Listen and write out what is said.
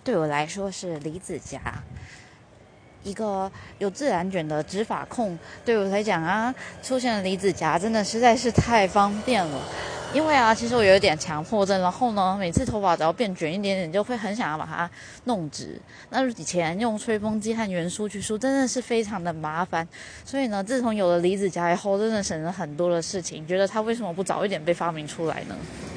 对我来说是离子夹。一个有自然卷的直发控，对我来讲啊，出现了离子夹真的实在是太方便了。因为啊，其实我有一点强迫症，然后呢，每次头发只要变卷一点点，就会很想要把它弄直。那以前用吹风机和圆梳去梳，真的是非常的麻烦。所以呢，自从有了离子夹以后，真的省了很多的事情。觉得它为什么不早一点被发明出来呢？